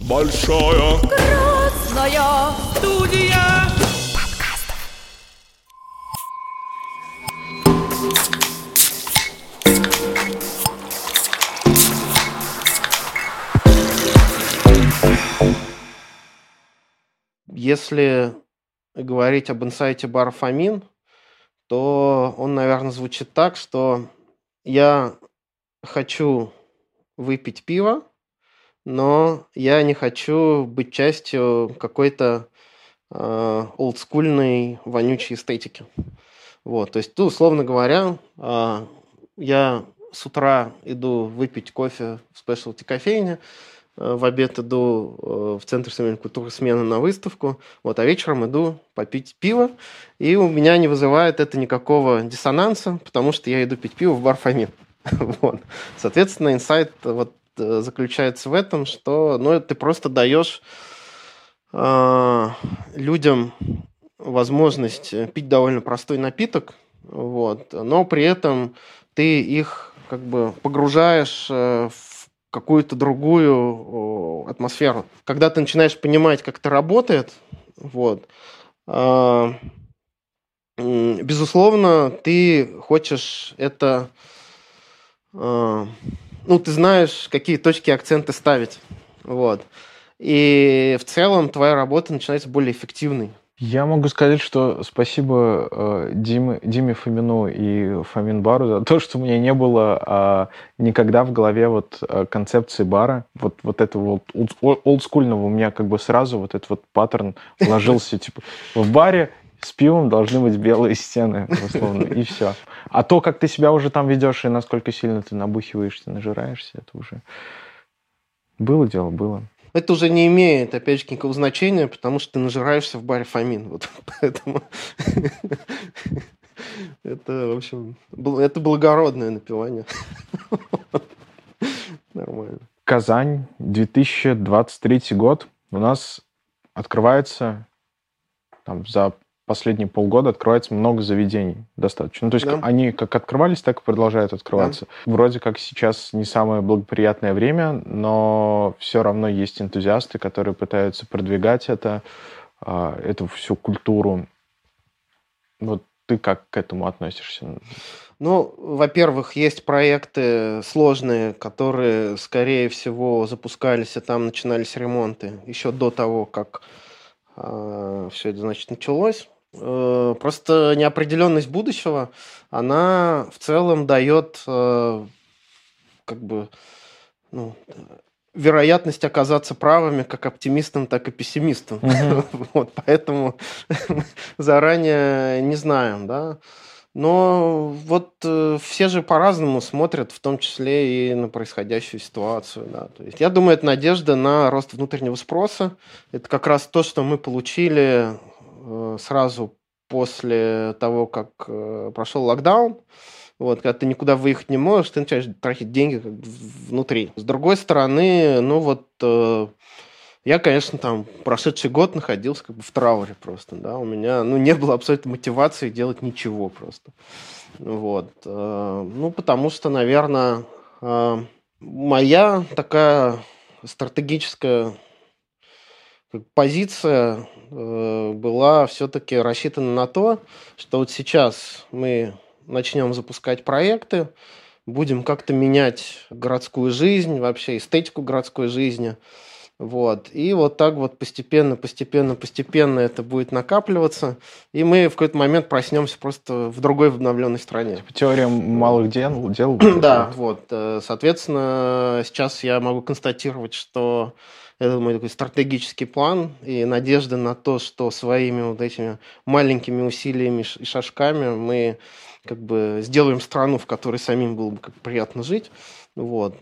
Большая Красная студия. Если говорить об инсайте бара «Фомин», то он, наверное, звучит так, что я хочу выпить пиво, но я не хочу быть частью какой-то олдскульной вонючей эстетики. Вот, то есть, условно говоря, я с утра иду выпить кофе в спешлти-кофейне, в обед иду в Центр современной культуры «Смена» на выставку, вот, а вечером иду попить пиво, и у меня не вызывает это никакого диссонанса, потому что я иду пить пиво в бар «Фомин». Вот. Соответственно, инсайт вот заключается в этом, что ты просто даешь людям возможность пить довольно простой напиток, вот, но при этом ты их как бы погружаешь в какую-то другую атмосферу. Когда ты начинаешь понимать, как это работает, вот, безусловно, ты хочешь это... ты знаешь, какие точки акцента ставить. Вот. И в целом твоя работа начинается более эффективной. Я могу сказать, что спасибо Диме Фомину и Фомин бару за то, что у меня не было никогда в голове концепции бара, вот этого олдскульного. У меня как бы сразу вот этот вот паттерн ложился, типа, в баре с пивом должны быть белые стены, условно, и все. А то, как ты себя уже там ведешь и насколько сильно ты набухиваешься, нажираешься, это уже было дело, было. Это уже не имеет, опять же, никакого значения, потому что ты нажираешься в баре «Фомин». Вот поэтому это, в общем, это благородное напивание. Нормально. Казань, 2023 год. У нас открывается, за последние полгода открывается много заведений достаточно. То есть они как открывались, так и продолжают открываться. Да. Вроде как сейчас не самое благоприятное время, но все равно есть энтузиасты, которые пытаются продвигать эту всю культуру. Вот ты как к этому относишься? Во-первых, есть проекты сложные, которые, скорее всего, запускались, и там начинались ремонты еще до того, как все это, началось. Просто неопределенность будущего, она в целом дает вероятность оказаться правыми как оптимистам, так и пессимистам. Вот, поэтому заранее не знаем, да. Но все же по-разному смотрят, в том числе и на происходящую ситуацию. Да. То есть, я думаю, это надежда на рост внутреннего спроса. Это как раз то, что мы получили сразу после того, как прошел локдаун. Вот, когда ты никуда выехать не можешь, ты начинаешь тратить деньги как бы внутри. С другой стороны, я, конечно, прошедший год находился как бы в трауре просто, да, у меня, не было абсолютно мотивации делать ничего просто, вот, потому что, наверное, моя такая стратегическая позиция была все-таки рассчитана на то, что вот сейчас мы начнем запускать проекты, будем как-то менять городскую жизнь, вообще эстетику городской жизни. Вот. И вот так вот постепенно это будет накапливаться, и мы в какой-то момент проснемся просто в другой обновленной стране. Теория малых дел. Да, вот. Соответственно, сейчас я могу констатировать, что это мой такой стратегический план, и надежда на то, что своими вот этими маленькими усилиями и шажками мы как бы сделаем страну, в которой самим было бы как приятно жить. Вот.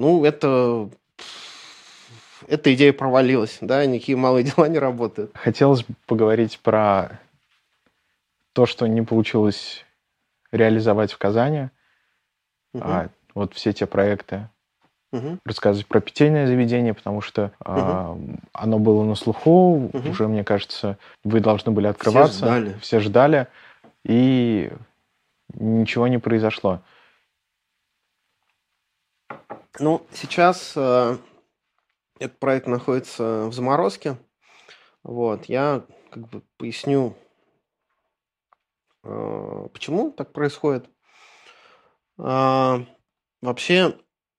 Эта идея провалилась, да, никакие малые дела не работают. Хотелось бы поговорить про то, что не получилось реализовать в Казани. Вот все те проекты. Рассказывать про питейное заведение, потому что оно было на слуху, уже, мне кажется, вы должны были открываться. Все ждали, и ничего не произошло. Сейчас Этот проект находится в заморозке. Вот, я как бы поясню, почему так происходит. Вообще,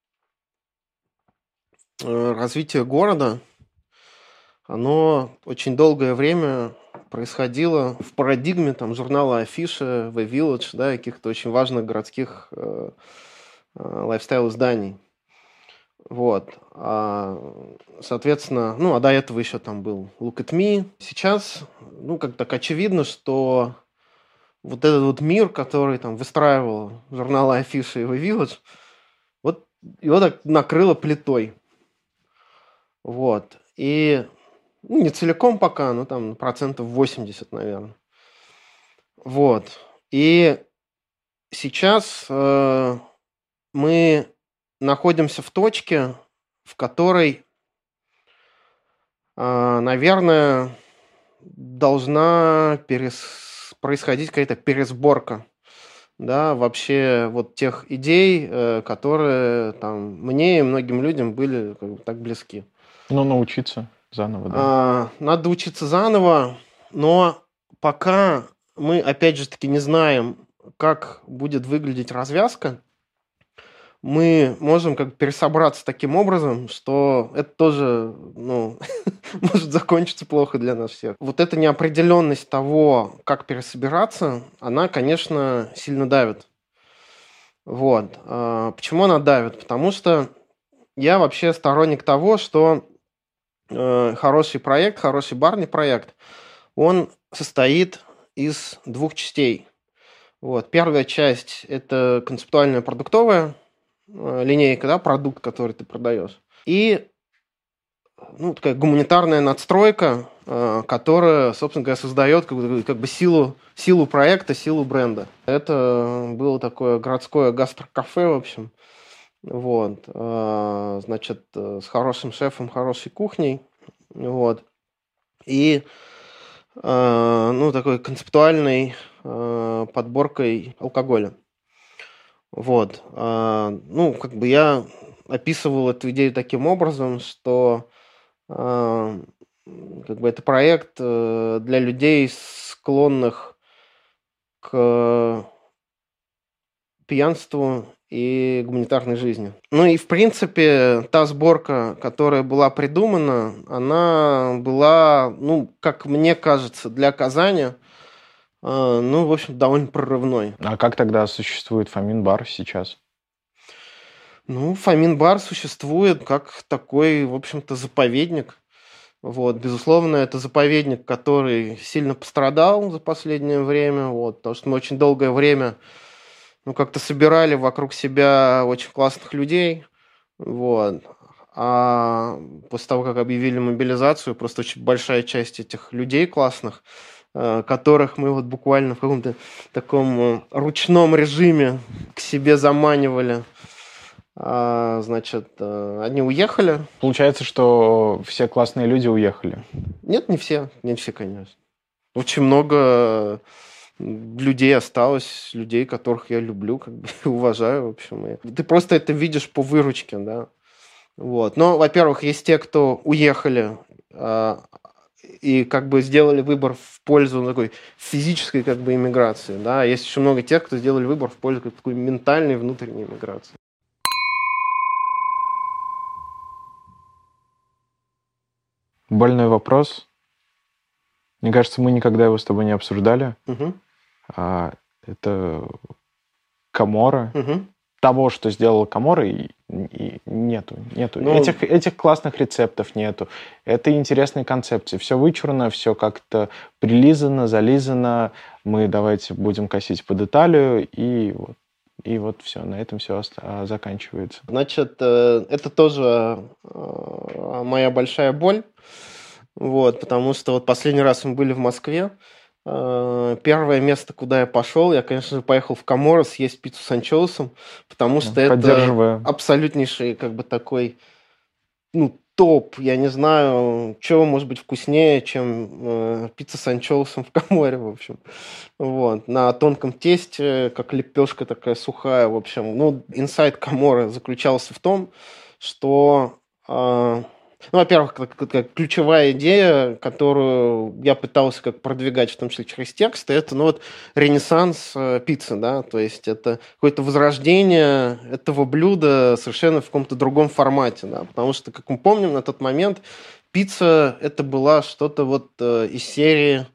развитие города, оно очень долгое время происходило в парадигме там, журнала Афиша, The Village, да, каких-то очень важных городских лайфстайл-изданий. Вот. Соответственно, а до этого еще там был Look at Me. Сейчас, как так очевидно, что вот этот вот мир, который там выстраивал журналы Афиша и The Village, вот его так накрыло плитой. Вот. И не целиком пока, но там 80%, наверное. Вот. И сейчас мы находимся в точке, в которой, наверное, должна происходить какая-то пересборка, да, вообще вот тех идей, которые там мне и многим людям были как бы так близки. Научиться заново, да. Надо учиться заново, но пока мы, опять же таки, не знаем, как будет выглядеть развязка, мы можем как бы пересобраться таким образом, что это тоже, может закончиться плохо для нас всех. Вот эта неопределенность того, как пересобираться, она, конечно, сильно давит. Вот. Почему она давит? Потому что я вообще сторонник того, что хороший проект, хороший барный проект, он состоит из двух частей. Вот. Первая часть – это концептуальная продуктовая линейка, да, продукт, который ты продаешь. И такая гуманитарная надстройка, которая, собственно говоря, создает как бы силу проекта, силу бренда. Это было такое городское гастрокафе, в общем. Вот. Значит, с хорошим шефом, хорошей кухней. Вот. И такой концептуальной подборкой алкоголя. Вот. Как бы я описывал эту идею таким образом, что как бы это проект для людей, склонных к пьянству и гуманитарной жизни. И, в принципе, та сборка, которая была придумана, она была, как мне кажется, для Казани, в общем, довольно прорывной. А как тогда существует Фомин-бар сейчас? Фомин-бар существует как такой, в общем-то, заповедник. Вот, безусловно, это заповедник, который сильно пострадал за последнее время, вот, потому что мы очень долгое время как-то собирали вокруг себя очень классных людей, вот. А после того, как объявили мобилизацию, просто очень большая часть этих людей классных, которых мы вот буквально в каком-то таком ручном режиме к себе заманивали, значит, они уехали. Получается, что все классные люди уехали? Нет, не все, конечно. Очень много людей осталось, людей, которых я люблю, как бы уважаю, в общем. Ты просто это видишь по выручке, да. Вот. Но, во-первых, есть те, кто уехали и как бы сделали выбор в пользу такой физической как бы иммиграции, да. Есть еще много тех, кто сделали выбор в пользу такой ментальной внутренней иммиграции. Больной вопрос. Мне кажется, мы никогда его с тобой не обсуждали. Угу. Это Каморра. Угу. Того, что сделала Каморра, и нету. Этих классных рецептов нету. Это интересные концепции. Все вычурно, все как-то прилизано, зализано. Мы давайте будем косить под Италию, и вот все. На этом все заканчивается. Значит, это тоже моя большая боль. Вот, потому что вот последний раз мы были в Москве. Первое место, куда я пошел, я, конечно же, поехал в Каморра съесть пиццу с анчоусом, потому что это абсолютнейший как бы такой, топ. Я не знаю, чего может быть вкуснее, чем пицца с анчоусом в Каморре, в общем. Вот. На тонком тесте, как лепешка такая сухая, в общем. Инсайт Каморры заключался в том, что Ну, во-первых, как ключевая идея, которую я пытался как продвигать, в том числе через тексты, это, ну, вот, ренессанс пиццы, да, то есть это какое-то возрождение этого блюда совершенно в каком-то другом формате, да, потому что, как мы помним, на тот момент пицца это была что-то вот из серии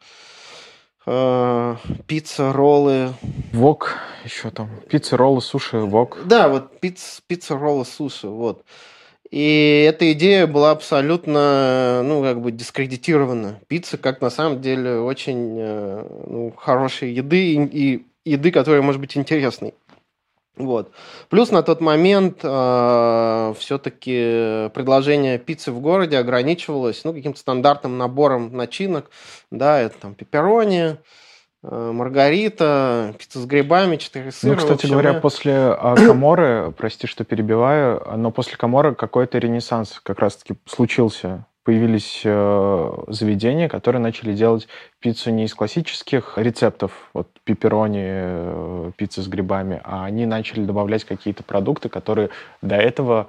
пицца, роллы. Вок еще там. Пицца, роллы, суши, вок. Да, вот пицца, роллы, суши, вот. И эта идея была абсолютно, ну, как бы дискредитирована. Пицца, как на самом деле, очень ну, хорошей еды и еды, которая может быть интересной. Вот. Плюс на тот момент все-таки предложение пиццы в городе ограничивалось, ну, каким-то стандартным набором начинок. Да, это там пепперони, маргарита, пицца с грибами, 4 сыра. Ну, кстати говоря, после Каморы, прости, что перебиваю, но после Каморы какой-то ренессанс как раз-таки случился. Появились заведения, которые начали делать пиццу не из классических рецептов, вот пепперони, пицца с грибами, а они начали добавлять какие-то продукты, которые до этого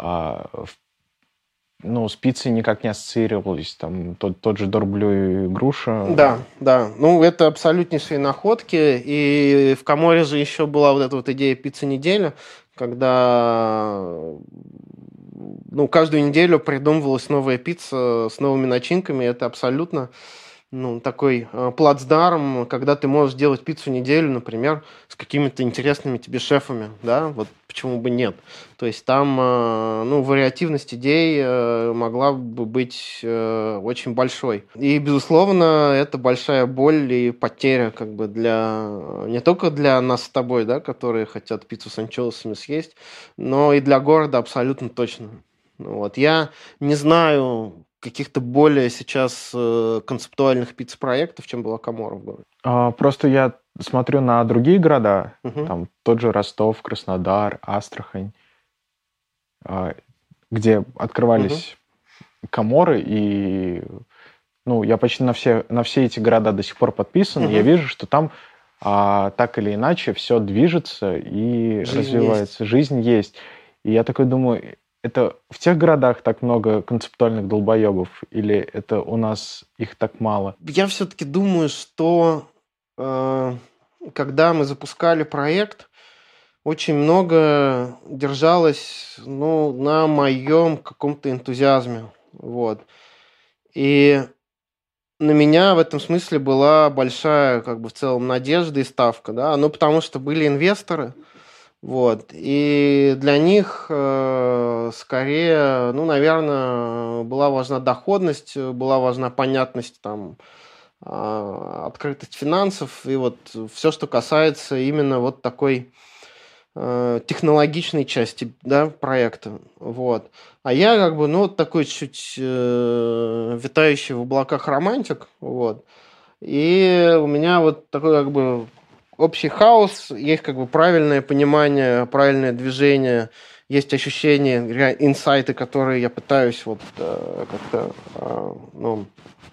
ну, с пиццей никак не ассоциировались. Там тот же дорблю и груша. Да, да. Ну, это абсолютнейшие находки. И в Каморе же еще была вот эта вот идея пиццы недели, когда ну, каждую неделю придумывалась новая пицца с новыми начинками. Это абсолютно ну, такой плацдарм, когда ты можешь делать пиццу неделю, например, с какими-то интересными тебе шефами, да, вот почему бы нет. То есть там, ну, вариативность идей могла бы быть очень большой. И, безусловно, это большая боль и потеря как бы для, не только для нас с тобой, да, которые хотят пиццу с анчоусами съесть, но и для города абсолютно точно. Вот. Я не знаю каких-то более сейчас концептуальных пицца-проектов, чем была Камора в городе. Просто я смотрю на другие города, Угу. там тот же Ростов, Краснодар, Астрахань, где открывались Каморы, и ну, я почти на все эти города до сих пор подписан, и я вижу, что там так или иначе все движется и Жизнь развивается, жизнь есть. И я такой думаю, это в тех городах так много концептуальных долбоебов, или это у нас их так мало? Я все-таки думаю, что когда мы запускали проект, очень много держалось ну, на моем каком-то энтузиазме. Вот. И на меня в этом смысле была большая, как бы в целом, надежда и ставка. Да? Ну, потому что были инвесторы, вот. И для них скорее, ну, наверное, была важна доходность, была важна понятность, там, открытость финансов и вот все, что касается именно вот такой технологичной части, да, проекта. Вот. А я как бы, ну, вот такой чуть витающий в облаках романтик. Вот. И у меня вот такой как бы общий хаос, есть как бы правильное понимание, правильное движение, есть ощущения, инсайты, которые я пытаюсь вот как-то ну,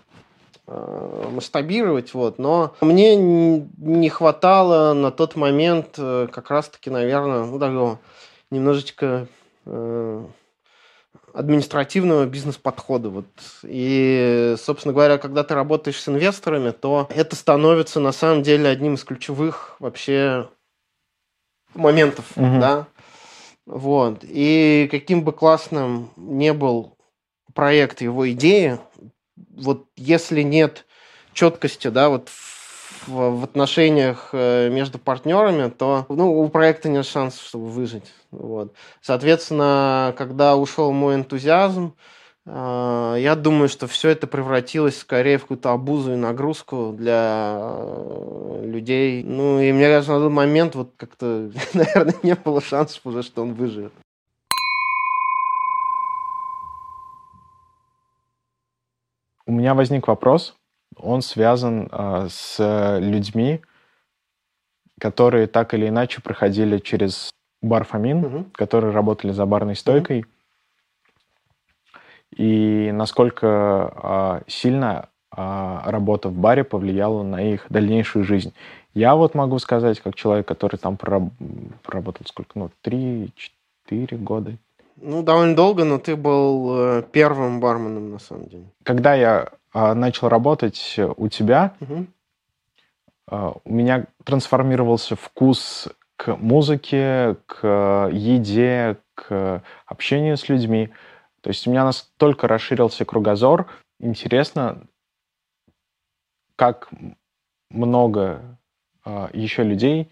масштабировать, вот, но мне не хватало на тот момент как раз-таки, наверное, ну, такого немножечко административного бизнес-подхода. Вот. И, собственно говоря, когда ты работаешь с инвесторами, то это становится на самом деле одним из ключевых вообще моментов. Да? Вот. И каким бы классным ни был проект, его идеи, вот если нет четкости, да, вот в отношениях между партнерами, то ну, у проекта нет шансов, чтобы выжить. Вот. Соответственно, когда ушел мой энтузиазм, я думаю, что все это превратилось скорее в какую-то обузу и нагрузку для людей. Ну, и мне кажется, на тот момент вот как-то, наверное, не было шансов уже, что он выживет. У меня возник вопрос. Он связан с людьми, которые так или иначе проходили через бар Фомин, которые работали за барной стойкой. И насколько сильно работа в баре повлияла на их дальнейшую жизнь. Я вот могу сказать, как человек, который там проработал сколько, 3-4 года, Ну, довольно долго, но ты был первым барменом, на самом деле. Когда я начал работать у тебя, Мгм. у меня трансформировался вкус к музыке, к еде, к общению с людьми. То есть у меня настолько расширился кругозор. Интересно, как много еще людей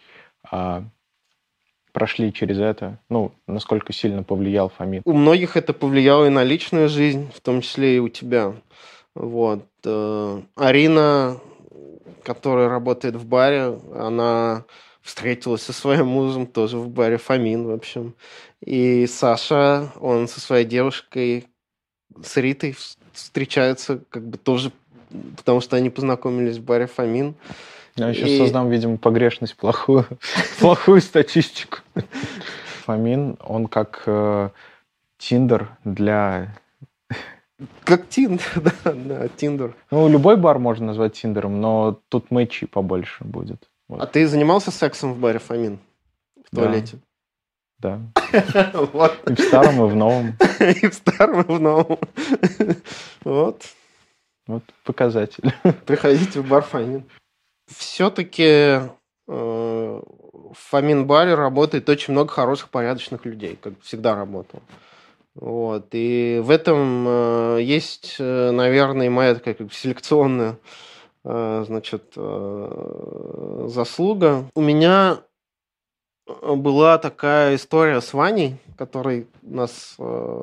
прошли через это. Ну, насколько сильно повлиял Фомин. У многих это повлияло и на личную жизнь, в том числе и у тебя. Вот. Арина, которая работает в баре, она встретилась со своим мужем тоже в баре Фомин, в общем. И Саша, он со своей девушкой, с Ритой встречаются как бы тоже, потому что они познакомились в баре Фомин. Я еще создам, видимо, погрешность плохую, плохую статистику. Фомин, он как Тиндер для... Как Тиндер, да, Тиндер. Ну, любой бар можно назвать Тиндером, но тут матчей побольше будет. Вот. А ты занимался сексом в баре Фомин? В туалете? Да. Вот. И в старом, и в новом. И в старом, и в новом. Вот. Вот показатель. Приходите в бар Фомин. Все-таки в Фомин-баре работает очень много хороших, порядочных людей, как всегда работал. Вот. И в этом есть, наверное, моя такая как бы селекционная значит, заслуга. У меня была такая история с Ваней, который у нас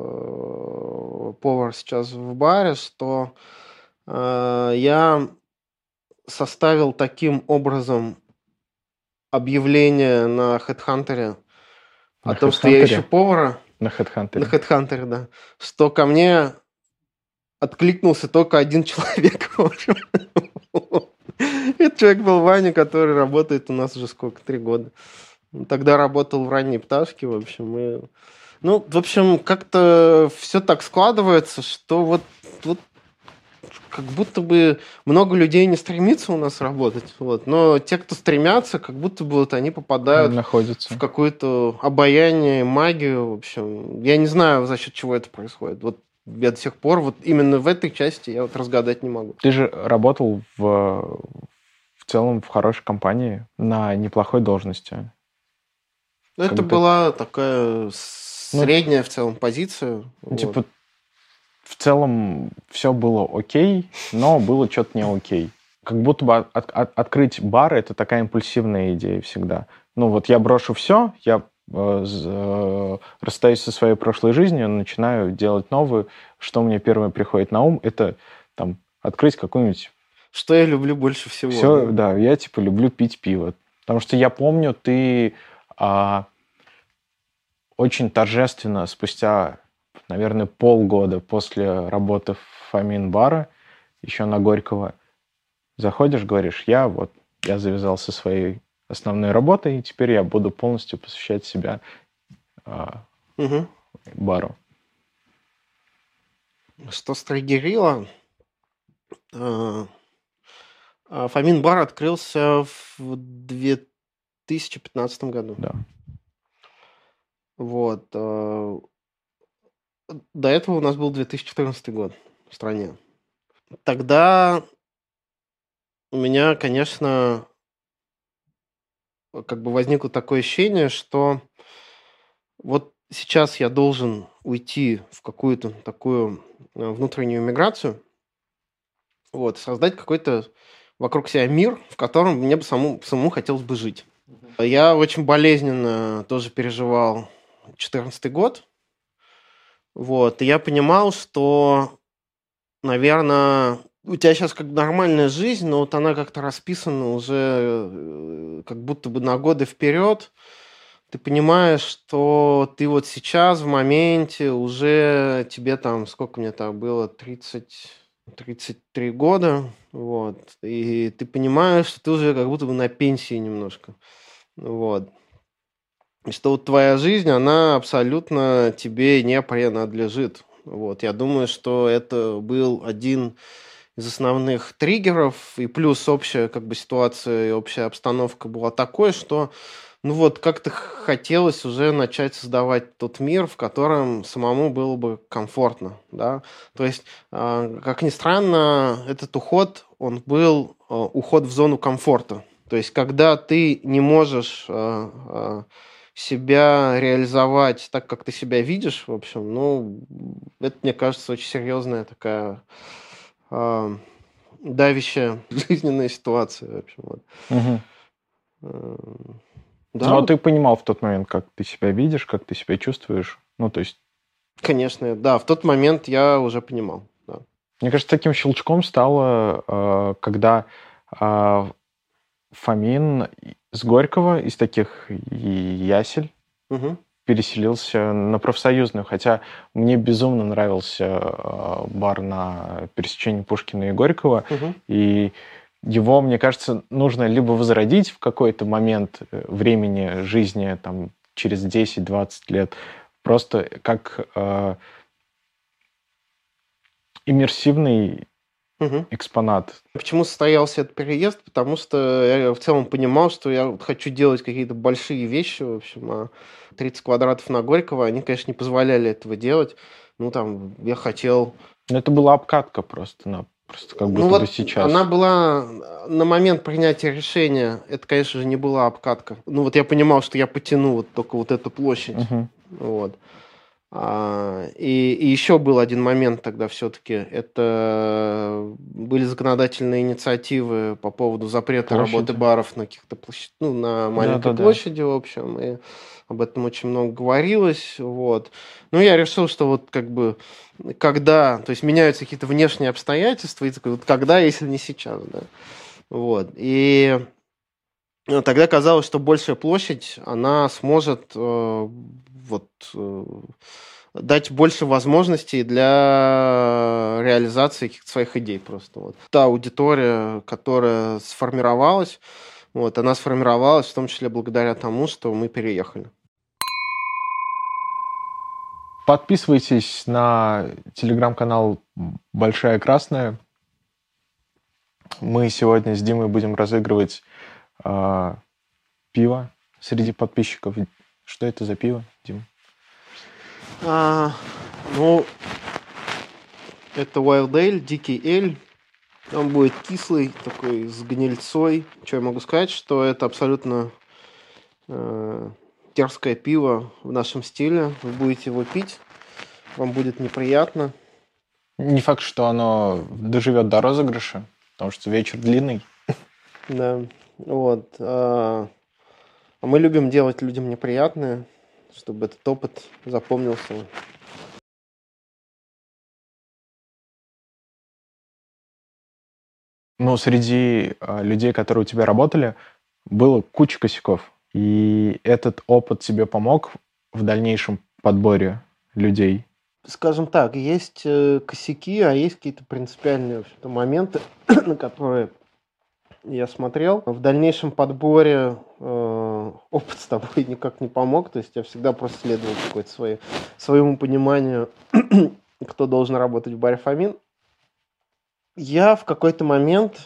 повар сейчас в баре, что я составил таким образом объявление на HeadHunter о том, что я ищу повара. На HeadHunter. На HeadHunter, да. Что ко мне откликнулся только один человек. В общем. Этот человек был Ваня, который работает у нас уже сколько? 3 года. Он тогда работал в «Ранней пташке», в общем. И... Ну, в общем, как-то все так складывается, что вот как будто бы много людей не стремится у нас работать. Вот. Но те, кто стремятся, как будто бы вот они попадают в какое-то обаяние, магию. В общем, я не знаю, за счет чего это происходит. Вот я до сих пор вот именно в этой части я вот разгадать не могу. Ты же работал в целом в хорошей компании на неплохой должности. Это была такая средняя в целом позиция. Типа, вот. В целом все было окей, но было что-то не окей. Как будто бы открыть бар — это такая импульсивная идея всегда. Ну вот я брошу все, я расстаюсь со своей прошлой жизнью, начинаю делать новую. Что мне первое приходит на ум, это там открыть какую-нибудь... Что я люблю больше всего. Все, да, я типа люблю пить пиво. Потому что я помню, ты очень торжественно спустя, наверное, полгода после работы в Фомин-бара, еще на Горького, заходишь, говоришь, я завязал со своей основной работой, и теперь я буду полностью посвящать себя бару. Что стригерило? Фомин-бар открылся в 2015 году. Да. Вот. До этого у нас был 2014 год в стране. Тогда у меня, конечно, как бы возникло такое ощущение, что вот сейчас я должен уйти в какую-то такую внутреннюю миграцию, вот, создать какой-то вокруг себя мир, в котором мне бы самому хотелось бы жить. Я очень болезненно тоже переживал 2014 год. Вот, и я понимал, что, наверное, у тебя сейчас как нормальная жизнь, но вот она как-то расписана уже как будто бы на годы вперед. Ты понимаешь, что ты вот сейчас в моменте уже тебе там, сколько мне там было, 33 года, вот, и ты понимаешь, что ты уже как будто бы на пенсии немножко, вот. И что вот твоя жизнь, она абсолютно тебе не принадлежит. Вот. Я думаю, что это был один из основных триггеров, и плюс общая как бы ситуация и общая обстановка была такой, что ну вот как-то хотелось уже начать создавать тот мир, в котором самому было бы комфортно, да. То есть, как ни странно, этот уход, он был уход в зону комфорта. То есть, когда ты не можешь себя реализовать так, как ты себя видишь, в общем, ну, это, мне кажется, очень серьезная такая давящая жизненная ситуация, в общем, вот. Мгм. Э, Ну, Да, а ты понимал в тот момент, как ты себя видишь, как ты себя чувствуешь? Ну, то есть, конечно, да, в тот момент я уже понимал, да. мне кажется, таким щелчком стало, когда а, Фомин с Горького из таких ясель Мгм, переселился на профсоюзную, хотя мне безумно нравился бар на пересечении Пушкина и Горького, мгм. и его, мне кажется, нужно либо возродить в какой-то момент времени жизни, там, через 10-20 лет, просто как иммерсивный Мгм. экспонат. Почему состоялся этот переезд? Потому что я в целом понимал, что я вот хочу делать какие-то большие вещи, в общем, а 30 квадратов на Горького, они, конечно, не позволяли этого делать. Ну, там, я хотел... Но это была обкатка просто, просто как Ну, будто бы вот она сейчас. была на момент принятия решения, это, конечно же, не была обкатка. Ну, вот я понимал, что я потяну вот только вот эту площадь. Мгм. Вот. И еще был один момент тогда все-таки. Это были законодательные инициативы по поводу запрета работы Площади. баров на каких-то площадях, ну, на маленькой Да-да-да. площади, в общем. И об этом очень много говорилось. Вот. Ну, я решил, что вот как бы когда, то есть меняются какие-то внешние обстоятельства, и такой, вот когда, если не сейчас, да. Вот. И тогда казалось, что большая площадь, она сможет вот, дать больше возможностей для реализации каких-то своих идей просто. Вот. Та аудитория, которая сформировалась, вот, она сформировалась в том числе благодаря тому, что мы переехали. Подписывайтесь на телеграм-канал «Большая Красная». Мы сегодня с Димой будем разыгрывать а, пиво среди подписчиков. Что это за пиво, Дим? Ну, это Wild Ale, дикий эль. Он будет кислый, такой с гнильцой. Что я могу сказать, что это абсолютно дерзкое пиво в нашем стиле. Вы будете его пить, вам будет неприятно. Не факт, что оно доживет до розыгрыша, потому что вечер длинный. Да, вот. А мы любим делать людям неприятное, чтобы этот опыт запомнился. Но среди людей, которые у тебя работали, было куча косяков. И этот опыт тебе помог в дальнейшем подборе людей. Скажем так, есть косяки, а есть какие-то принципиальные, в общем-то, моменты, на которые я смотрел. В дальнейшем подборе опыт с тобой никак не помог. То есть я всегда просто следовал какой-то своему пониманию, кто должен работать в баре Фомин. Я в какой-то момент,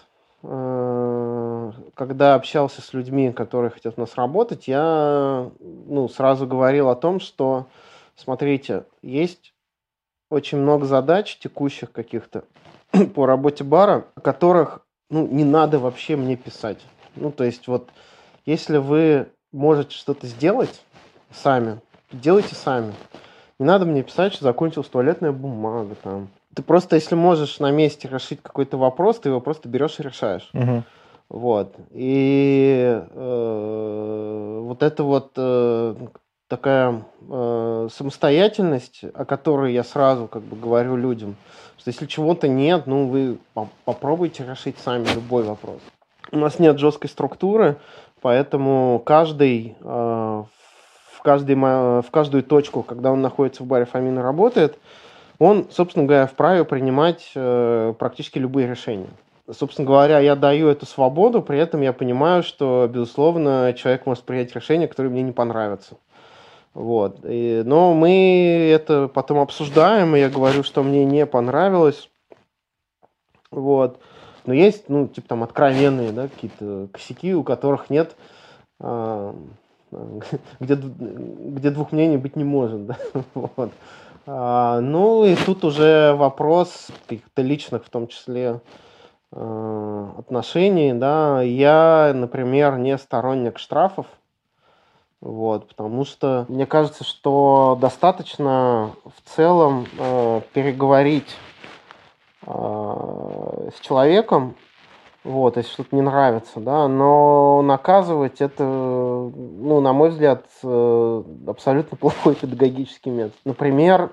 когда общался с людьми, которые хотят у нас работать, я сразу говорил о том, что, смотрите, есть очень много задач текущих каких-то по работе бара, о которых не надо вообще мне писать. Ну, то есть вот, если вы можете что-то сделать сами, делайте сами. Не надо мне писать, что закончилась туалетная бумага там. Ты просто, если можешь на месте решить какой-то вопрос, ты его просто берешь и решаешь. Угу. Вот. И вот это вот такая самостоятельность, о которой я сразу как бы говорю людям, что если чего-то нет, вы попробуйте решить сами любой вопрос. У нас нет жесткой структуры, поэтому каждый в каждую точку, когда он находится в баре Фомин и работает, он, собственно говоря, вправе принимать практически любые решения. Собственно говоря, я даю эту свободу, при этом я понимаю, что, безусловно, человек может принять решение, которое мне не понравится. Вот. Но мы это потом обсуждаем, и я говорю, что мне не понравилось. Вот. Но есть, откровенные, да, какие-то косяки, у которых нет где двух мнений быть не может. Да? Вот. Ну и тут уже вопрос каких-то личных, в том числе, отношений. Да? Я, например, не сторонник штрафов, вот, потому что мне кажется, что достаточно в целом переговорить с человеком, вот, если что-то не нравится, да, но наказывать это, ну, на мой взгляд, абсолютно плохой педагогический метод. Например,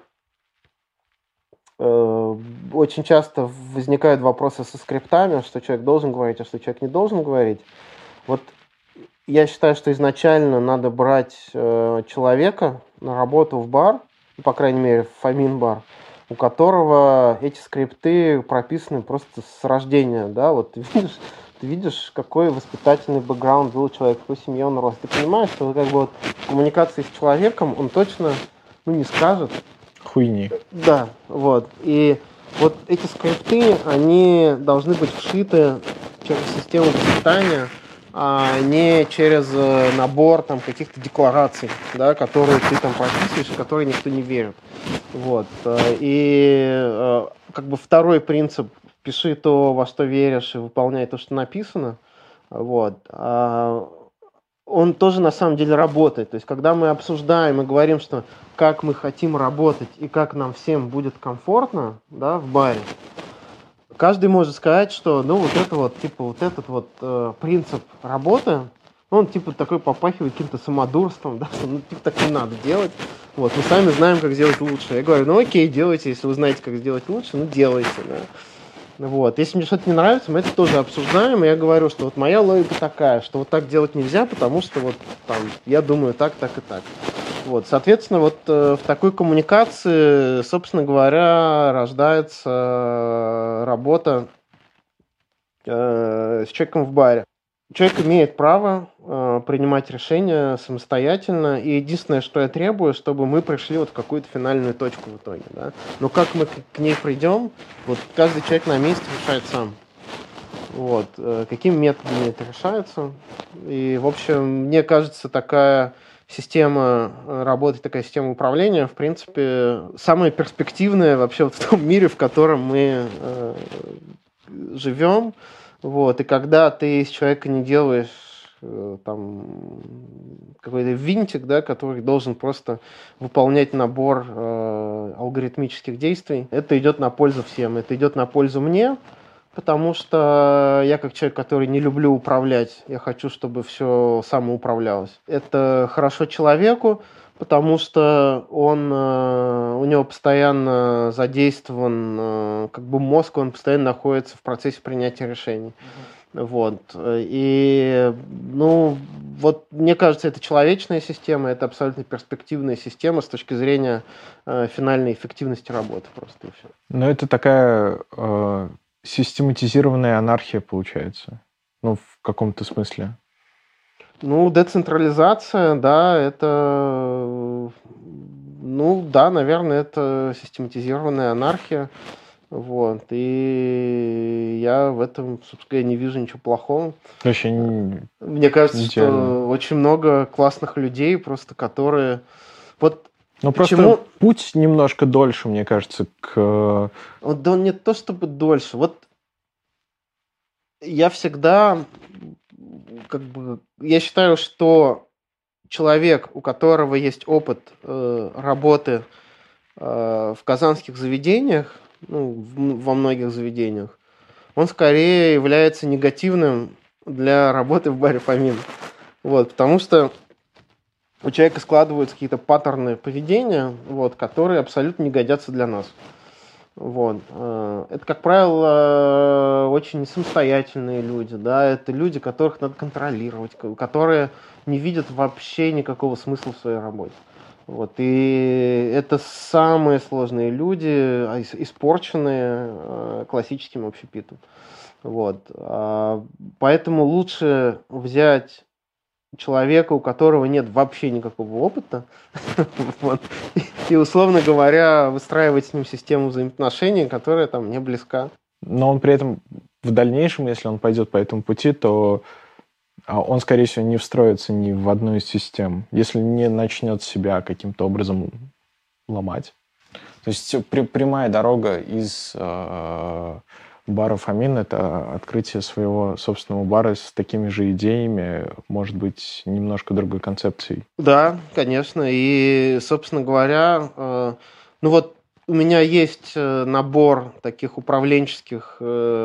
очень часто возникают вопросы со скриптами, что человек должен говорить, а что человек не должен говорить. Вот я считаю, что изначально надо брать человека на работу в бар, по крайней мере, в Фомин-бар, у которого эти скрипты прописаны просто с рождения, да, вот ты видишь, какой воспитательный бэкграунд был у человека, в какой семье он рос. Ты понимаешь, что как бы вот в коммуникации с человеком он точно, ну, не скажет. Хуйни. Да, вот. И вот эти скрипты, они должны быть вшиты через систему воспитания, а не через набор там каких-то деклараций, да, которые ты там прописываешь, в которые никто не верит. Вот. И как бы второй принцип: пиши то, во что веришь, и выполняй то, что написано. Вот. Он тоже на самом деле работает. То есть, когда мы обсуждаем и говорим, что как мы хотим работать и как нам всем будет комфортно, да, в баре, каждый может сказать, что, ну, вот это вот, типа, вот этот вот принцип работы, он, типа, такой попахивает каким-то самодурством, да, что, ну, типа, так не надо делать. Вот, мы сами знаем, как сделать лучше. Я говорю, ну, окей, делайте, если вы знаете, как сделать лучше, ну, делайте, да. Вот. Если мне что-то не нравится, мы это тоже обсуждаем, и я говорю, что вот моя логика такая, что вот так делать нельзя, потому что вот там я думаю так, так и так. Вот. Соответственно, вот в такой коммуникации, собственно говоря, рождается работа с человеком в баре. Человек имеет право принимать решения самостоятельно, и единственное, что я требую, чтобы мы пришли вот в какую-то финальную точку в итоге. Да? Но как мы к ней придем, вот каждый человек на месте решает сам. Вот. Какими методами это решается. И, в общем, мне кажется, такая система работы, такая система управления, в принципе, самая перспективная вообще вот в том мире, в котором мы живем. Вот, и когда ты из человека не делаешь там какой-то винтик, да, который должен просто выполнять набор алгоритмических действий, это идет на пользу всем. Это идет на пользу мне, потому что я как человек, который не люблю управлять, я хочу, чтобы все самоуправлялось. Это хорошо человеку, потому что у него постоянно задействован как бы мозг, он постоянно находится в процессе принятия решений. Вот. И, ну, вот мне кажется, это человечная система, это абсолютно перспективная система с точки зрения финальной эффективности работы просто и все. Но это такая систематизированная анархия получается, ну, в каком-то смысле. Ну, децентрализация, да, это, ну, да, наверное, это систематизированная анархия, вот, и я в этом, собственно, не вижу ничего плохого. Вообще Мне кажется, что очень много классных людей, просто которые, вот, ну, просто путь немножко дольше, мне кажется, к... Вот, да, не то чтобы дольше, вот, я всегда... Как бы, я считаю, что человек, у которого есть опыт работы в казанских заведениях, ну, во многих заведениях, он скорее является негативным для работы в баре Фомин. Вот, потому что у человека складываются какие-то паттерны поведения, вот, которые абсолютно не годятся для нас. Вот. Это, как правило, очень самостоятельные люди, да, это люди, которых надо контролировать, которые не видят вообще никакого смысла в своей работе. Вот. И это самые сложные люди, испорченные классическим общепитом. Вот. Поэтому лучше взять человека, у которого нет вообще никакого опыта, вот, и, условно говоря, выстраивать с ним систему взаимоотношений, которая там не близка. Но он при этом в дальнейшем, если он пойдет по этому пути, то А он, скорее всего, не встроится ни в одну из систем, если не начнет себя каким-то образом ломать. То есть прямая дорога из бара Фомин — это открытие своего собственного бара с такими же идеями, может быть, немножко другой концепцией. Да, конечно. И, собственно говоря, ну вот у меня есть набор таких управленческих,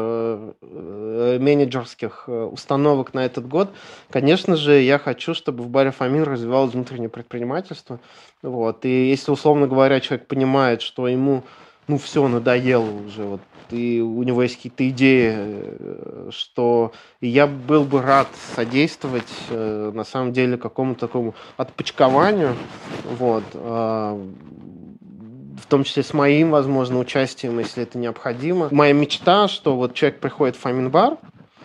менеджерских установок на этот год. Конечно же, я хочу, чтобы в баре Фомин развивалось внутреннее предпринимательство. Вот. И если, условно говоря, человек понимает, что ему, ну, все надоело уже, вот, и у него есть какие-то идеи, что я был бы рад содействовать, на самом деле, какому-то такому отпочкованию, вот, в том числе с моим, возможно, участием, если это необходимо. Моя мечта, что вот человек приходит в Фомин-бар,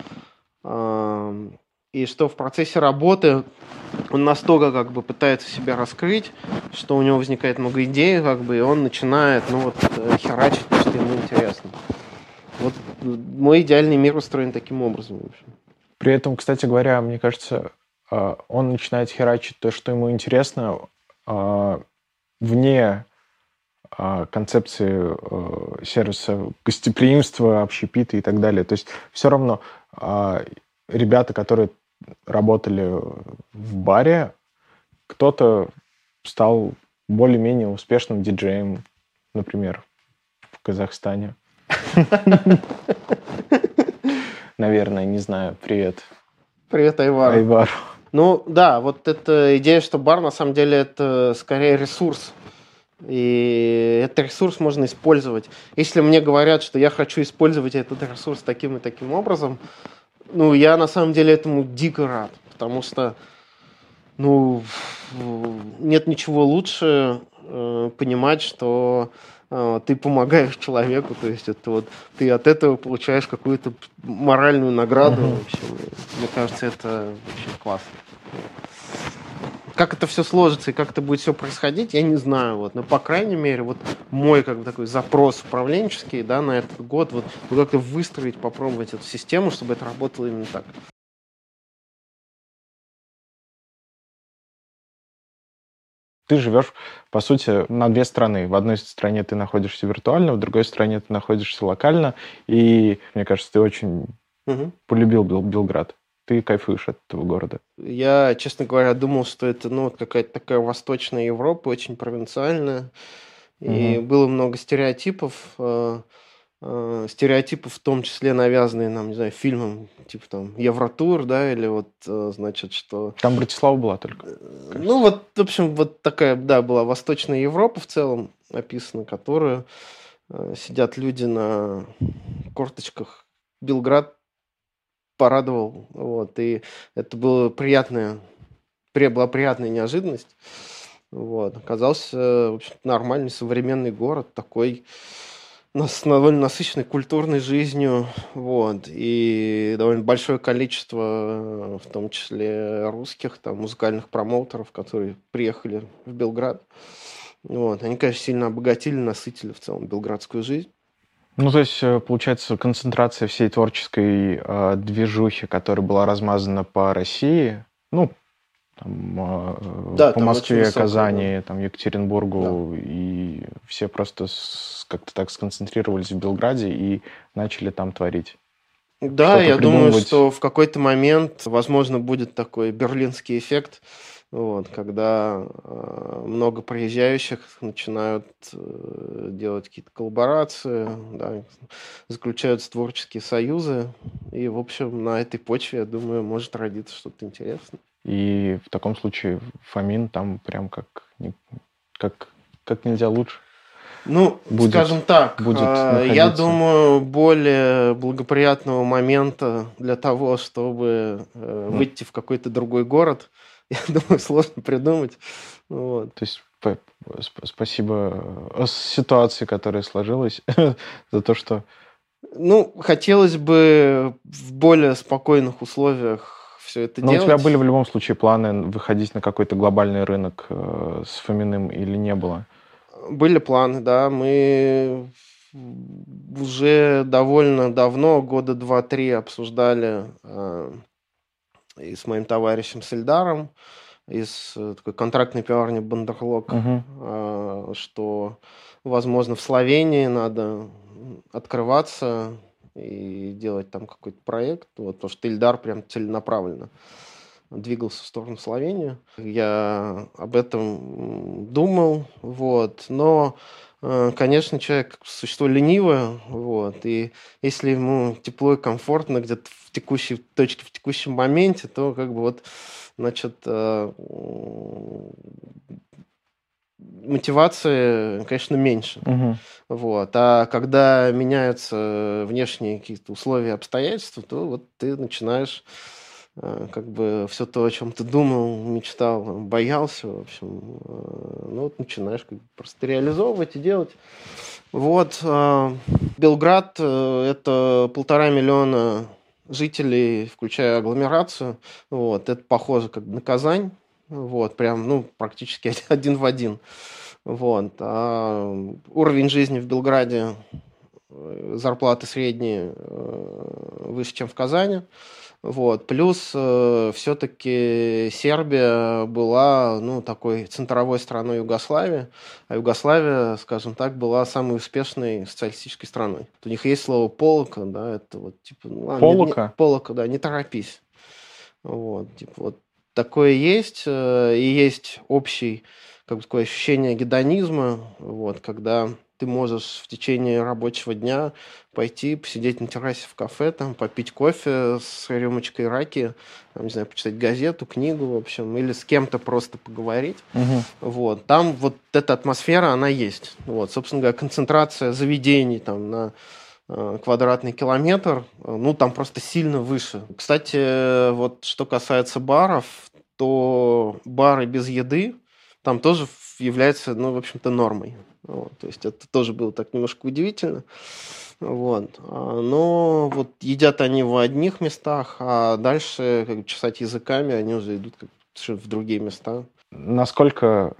и что в процессе работы он настолько как бы пытается себя раскрыть, что у него возникает много идей, как бы, и он начинает, ну вот, херачить то, что ему интересно. Вот мой идеальный мир устроен таким образом, в общем. При этом, кстати говоря, мне кажется, он начинает херачить то, что ему интересно, вне концепции сервиса гостеприимства, общепита и так далее. То есть все равно ребята, которые работали в баре, кто-то стал более-менее успешным диджеем, например, в Казахстане. Наверное, не знаю. Привет. Привет, Айвар. Айвар. Ну да, вот эта идея, что бар на самом деле это скорее ресурс. И этот ресурс можно использовать. Если мне говорят, что я хочу использовать этот ресурс таким и таким образом, ну, я на самом деле этому дико рад. Потому что, ну, нет ничего лучше понимать, что ты помогаешь человеку, то есть это вот ты от этого получаешь какую-то моральную награду. В общем, мне кажется, это вообще классно. Как это все сложится и как это будет все происходить, я не знаю. Вот. Но, по крайней мере, вот мой как бы такой запрос управленческий, да, на этот год, вот как-то выстроить, попробовать эту систему, чтобы это работало именно так. Ты живешь, по сути, на две страны. В одной стране ты находишься виртуально, в другой стране ты находишься локально. И, мне кажется, ты очень полюбил Белград. Ты кайфуешь от этого города. Я, честно говоря, думал, что это, ну, вот какая-то такая восточная Европа, очень провинциальная. И было много стереотипов. Стереотипы, в том числе навязанные нам, не знаю, фильмом, типа там Евротур, да, или вот, значит, что... Там Братислава была только. Ну, вот, в общем, вот такая, да, была Восточная Европа в целом описана, которую сидят люди на корточках. Белград порадовал, вот, и это была приятная неожиданность, вот, оказался, в общем, нормальный современный город, такой, с довольно насыщенной культурной жизнью, вот, и довольно большое количество, в том числе русских, там, музыкальных промоутеров, которые приехали в Белград, вот, они, конечно, сильно обогатили, насытили в целом белградскую жизнь. Ну, то есть, получается, концентрация всей творческой движухи, которая была размазана по России, ну, там, Да, по там Москве, очень высокая, Казани, там, Екатеринбургу, и все просто как-то так сконцентрировались в Белграде и начали там творить. Да, Что-то я думаю, придумывать. что в какой-то момент, возможно, будет такой берлинский эффект, вот, когда много приезжающих начинают делать какие-то коллаборации, да, заключаются творческие союзы, и, в общем, на этой почве, я думаю, может родиться что-то интересное. И в таком случае Фомин там прям как нельзя лучше. Ну, скажем так, я думаю, более благоприятного момента для того, чтобы выйти в какой-то другой город, я думаю, сложно придумать. Вот. То есть спасибо ситуации, которая сложилась, за то, что... Ну, хотелось бы в более спокойных условиях все это делать. Но у тебя были в любом случае планы выходить на какой-то глобальный рынок с Фоминым или не было? Были планы, да. Мы уже довольно давно, года 2-3, обсуждали и с моим товарищем Сельдаром из такой контрактной пивоварни Бандерлог, что, возможно, в Словении надо открываться и делать там какой-то проект, вот, потому что Ильдар прям целенаправленно двигался в сторону Словении. Я об этом думал, вот, но, конечно, человек существо ленивое, вот, и если ему тепло и комфортно где-то в текущей точке, в текущем моменте, то как бы вот, значит, мотивации, конечно, меньше. Вот. А когда меняются внешние какие-то условия, обстоятельства, то вот ты начинаешь как бы все то, о чем ты думал, мечтал, боялся, в общем, ну вот начинаешь как бы просто реализовывать и делать. Вот. Белград – это 1,5 миллиона жителей, включая агломерацию. Вот. Это похоже как бы на Казань. Вот. Прям, ну, практически один в один. Вот. А уровень жизни в Белграде, зарплаты средние выше, чем в Казани. Вот. Плюс все-таки Сербия была, ну, такой центровой страной Югославии, а Югославия, скажем так, была самой успешной социалистической страной. У них есть слово «полока», да, это вот типа... Ну, ладно, Полока? Полока, да, не торопись. Вот, типа вот такое есть, и есть общий, как бы такое ощущение гедонизма, вот, когда ты можешь в течение рабочего дня пойти, посидеть на террасе в кафе, там, попить кофе с рюмочкой раки, там, не знаю, почитать газету, книгу, в общем, или с кем-то просто поговорить. Вот. Там вот эта атмосфера, она есть. Вот, собственно говоря, концентрация заведений там на квадратный километр, ну, там просто сильно выше. Кстати, вот что касается баров, то бары без еды там тоже является, ну, в общем-то, нормой. Вот, то есть это тоже было так немножко удивительно. Вот. Но вот едят они в одних местах, а дальше как бы, чесать языками они уже идут как в другие места. Насколько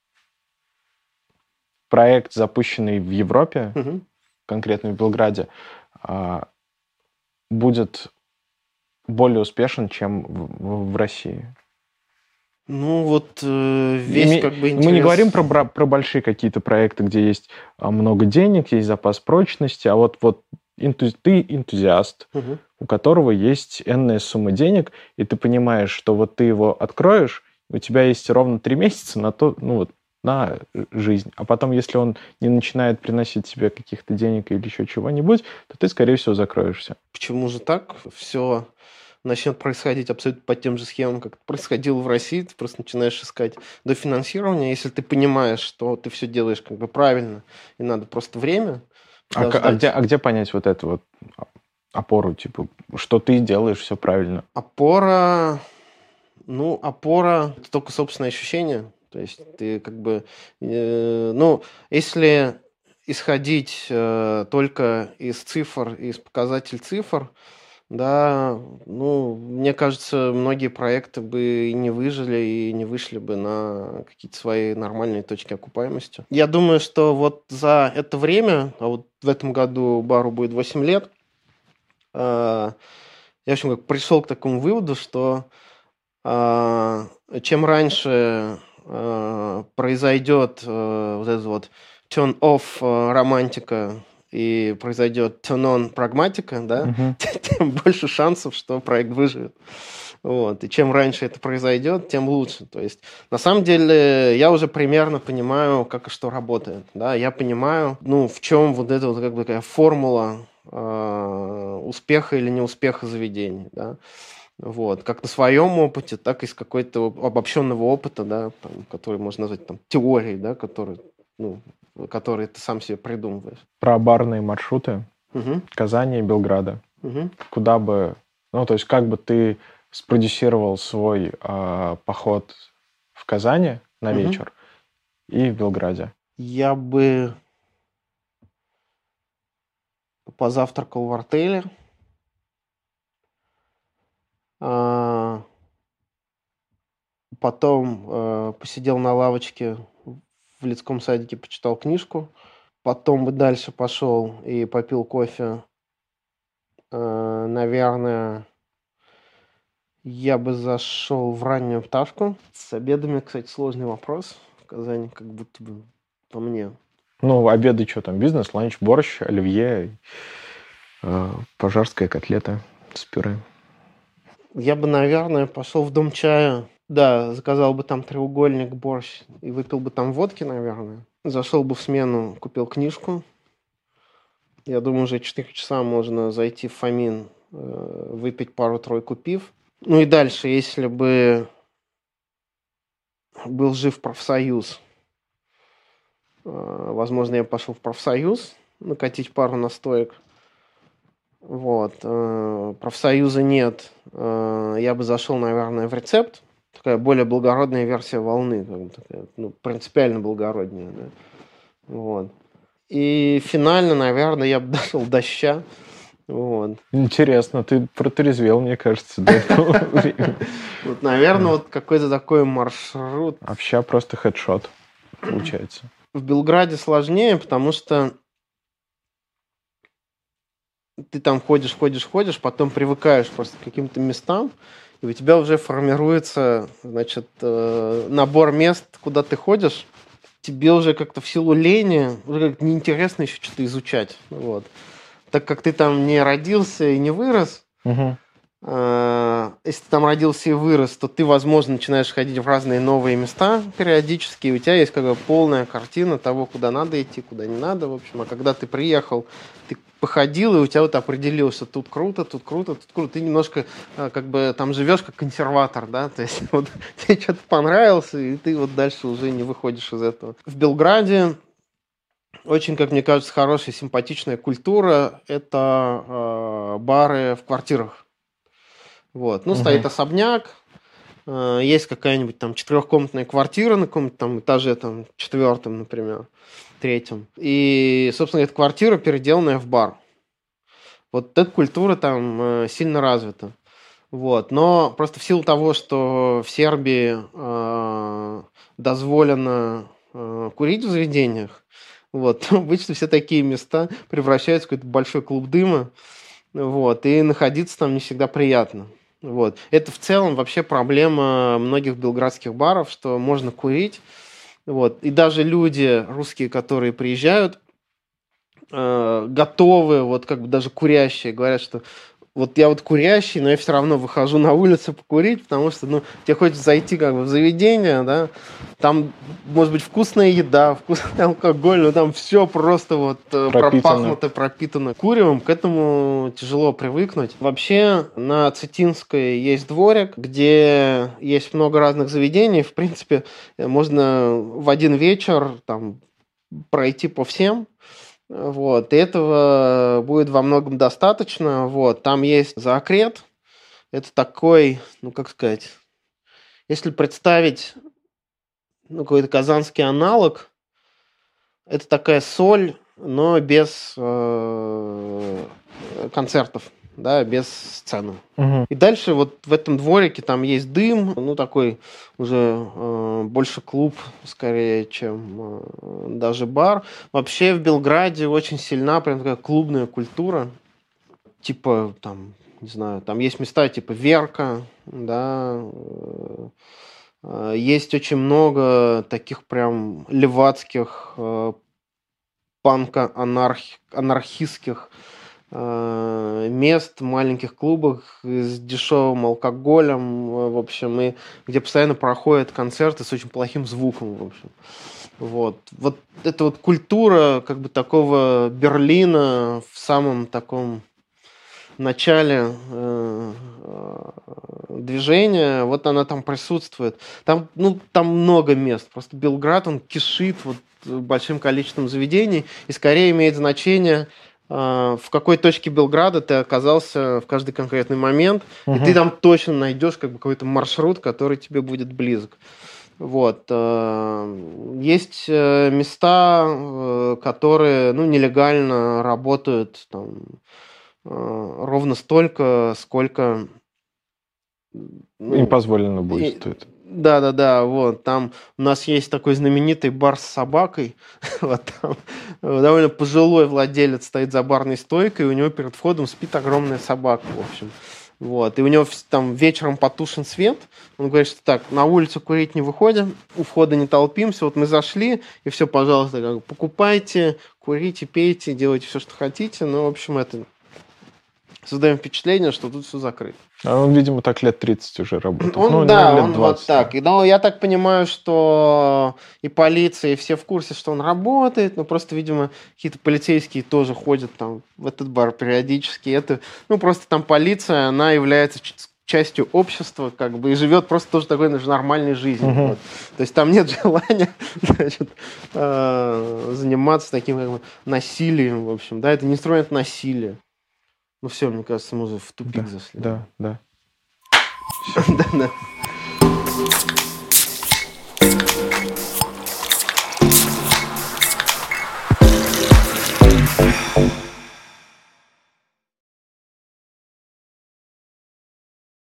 проект, запущенный в Европе, конкретно в Белграде, будет более успешен, чем в России? Ну, вот весь как бы интерес... Мы не говорим про большие какие-то проекты, где есть много денег, есть запас прочности, а вот ты энтузиаст, у которого есть энная сумма денег, и ты понимаешь, что вот ты его откроешь, у тебя есть ровно 3 месяца на то, ну вот, на жизнь. А потом, если он не начинает приносить тебе каких-то денег или еще чего-нибудь, то ты, скорее всего, закроешься. Почему же так? Все начнет происходить абсолютно по тем же схемам, как это происходило в России. Ты просто начинаешь искать дофинансирование. Если ты понимаешь, что ты все делаешь как бы правильно, и надо просто время где понять вот эту вот опору, типа, что ты делаешь все правильно? Опора – это только собственное ощущение. То есть ты как бы, ну, если исходить только из цифр, из показателей цифр, да, ну, мне кажется, многие проекты бы и не выжили, и не вышли бы на какие-то свои нормальные точки окупаемости. Я думаю, что вот за это время, а вот в этом году бару будет 8 лет, я, в общем, пришел к такому выводу, что чем раньше произойдет вот этот вот turn-off романтика и произойдет turn-on прагматика, да, тем больше шансов, что проект выживет. Вот. И чем раньше это произойдет, тем лучше. То есть, на самом деле, я уже примерно понимаю, как и что работает. Да? Я понимаю, ну, в чем вот эта вот как бы такая формула успеха или неуспеха заведений. Да? Вот. Как на своем опыте, так и из какой-то обобщенного опыта, да, там, который можно назвать там, теорией, да, который ты сам себе придумываешь. Про барные маршруты Казани и Белграда. Куда бы... Ну, то есть как бы ты спродюсировал свой поход в Казани на вечер и в Белграде? Я бы позавтракал в артеле, потом посидел на лавочке в Лидском садике, почитал книжку, потом бы дальше пошел и попил кофе, наверное, Я бы зашел в раннюю пташку. С обедами, кстати, сложный вопрос. В Казани как будто бы по мне. Ну, обеды что там? Бизнес, ланч, борщ, оливье, пожарская котлета с пюре. Я бы, наверное, пошел в дом чая. Да, заказал бы там треугольник, борщ и выпил бы там водки, наверное. Зашел бы в смену, купил книжку. Я думаю, уже 4 часа можно зайти в Фомин, выпить пару-тройку пив. Ну и дальше, если бы был жив профсоюз, возможно, я пошел в профсоюз накатить пару настоек. Вот. Профсоюза нет. Я бы зашел, наверное, в рецепт. Такая более благородная версия волны. Как бы такая, ну, принципиально благороднее. Да? Вот. И финально, наверное, я бы дошел до ща. Вот. Интересно, ты протрезвел, мне кажется, до этого времени. Вот, наверное, вот какой-то такой маршрут. А ща просто хедшот, получается. В Белграде сложнее, потому что ты там ходишь, потом привыкаешь просто к каким-то местам, и у тебя уже формируется, значит, набор мест, куда ты ходишь. Тебе уже как-то в силу лени уже как-то неинтересно еще что-то изучать. Вот. Так как ты там не родился и не вырос, если ты там родился и вырос, то ты, возможно, начинаешь ходить в разные новые места периодически, и у тебя есть как бы полная картина того, куда надо идти, куда не надо, в общем. А когда ты приехал, ты походил, и у тебя вот определился, тут круто, тут круто, тут круто. Ты немножко как бы там живешь как консерватор, да, то есть вот тебе что-то понравилось, и ты вот дальше уже не выходишь из этого. В Белграде очень, как мне кажется, хорошая, симпатичная культура – это бары в квартирах. Вот. Ну, стоит особняк, есть какая-нибудь там 4-комнатная квартира на каком-то там этаже, там, 4-м, например, 3-м. И, собственно, эта квартира, переделанная в бар. Вот эта культура там сильно развита. Вот. Но просто в силу того, что в Сербии дозволено курить в заведениях, вот, обычно все такие места превращаются в какой-то большой клуб дыма, вот, и находиться там не всегда приятно. Вот. Это в целом вообще проблема многих белградских баров, что можно курить. Вот. И даже люди русские, которые приезжают, готовы, вот как бы даже курящие, говорят, что вот я вот курящий, но я все равно выхожу на улицу покурить, потому что, ну, тебе хочется зайти как бы в заведение, да, там может быть вкусная еда, вкусный алкоголь, но там все просто вот пропитано куревом, к этому тяжело привыкнуть. Вообще на Цитинской есть дворик, где есть много разных заведений, в принципе, можно в один вечер там пройти по всем. Вот, и этого будет во многом достаточно. Вот, там есть Заокрет. Это такой, ну, как сказать, если представить, ну, какой-то казанский аналог, это такая соль, но без концертов, да, без сцены. И дальше вот в этом дворике там есть дым, ну, такой уже больше клуб, скорее, чем даже бар. Вообще в Белграде очень сильна прям такая клубная культура. Типа, там, не знаю, там есть места типа Верка, да, есть очень много таких прям левацких, панко-анархистских мест, маленьких клубах с дешевым алкоголем, в общем, и где постоянно проходят концерты с очень плохим звуком, в общем. Вот. Вот эта вот культура как бы такого Берлина в самом таком начале движения, вот она там присутствует. Там, ну, там много мест. Просто Белград, он кишит вот большим количеством заведений и скорее имеет значение, в какой точке Белграда ты оказался в каждый конкретный момент, и ты там точно найдешь как бы какой-то маршрут, который тебе будет близок. Вот. Есть места, которые, ну, нелегально работают там ровно столько, сколько им позволено будет. Да, вот, там у нас есть такой знаменитый бар с собакой, вот там довольно пожилой владелец стоит за барной стойкой, и у него перед входом спит огромная собака, в общем. Вот. И у него там вечером потушен свет. Он говорит, что так, на улицу курить не выходим, у входа не толпимся. Вот мы зашли, и все, пожалуйста, как бы, покупайте, курите, пейте, делайте все, что хотите. Ну, в общем, это... Создаем впечатление, что тут все закрыто. А он, видимо, так лет 30 уже работает. Он, ну, да, наверное, он лет 20. вот так. Но я так понимаю, что и полиция, и все в курсе, что он работает. Но просто, видимо, какие-то полицейские тоже ходят там в этот бар периодически. Это, ну, просто там полиция, она является частью общества, как бы, и живет просто тоже такой нормальной жизнью. Мгм. Вот. То есть там нет желания, значит, заниматься таким как бы насилием, в общем. Да, это не инструмент насилия. Ну все, мне кажется, мы уже в тупик зашли. Да. Да-да.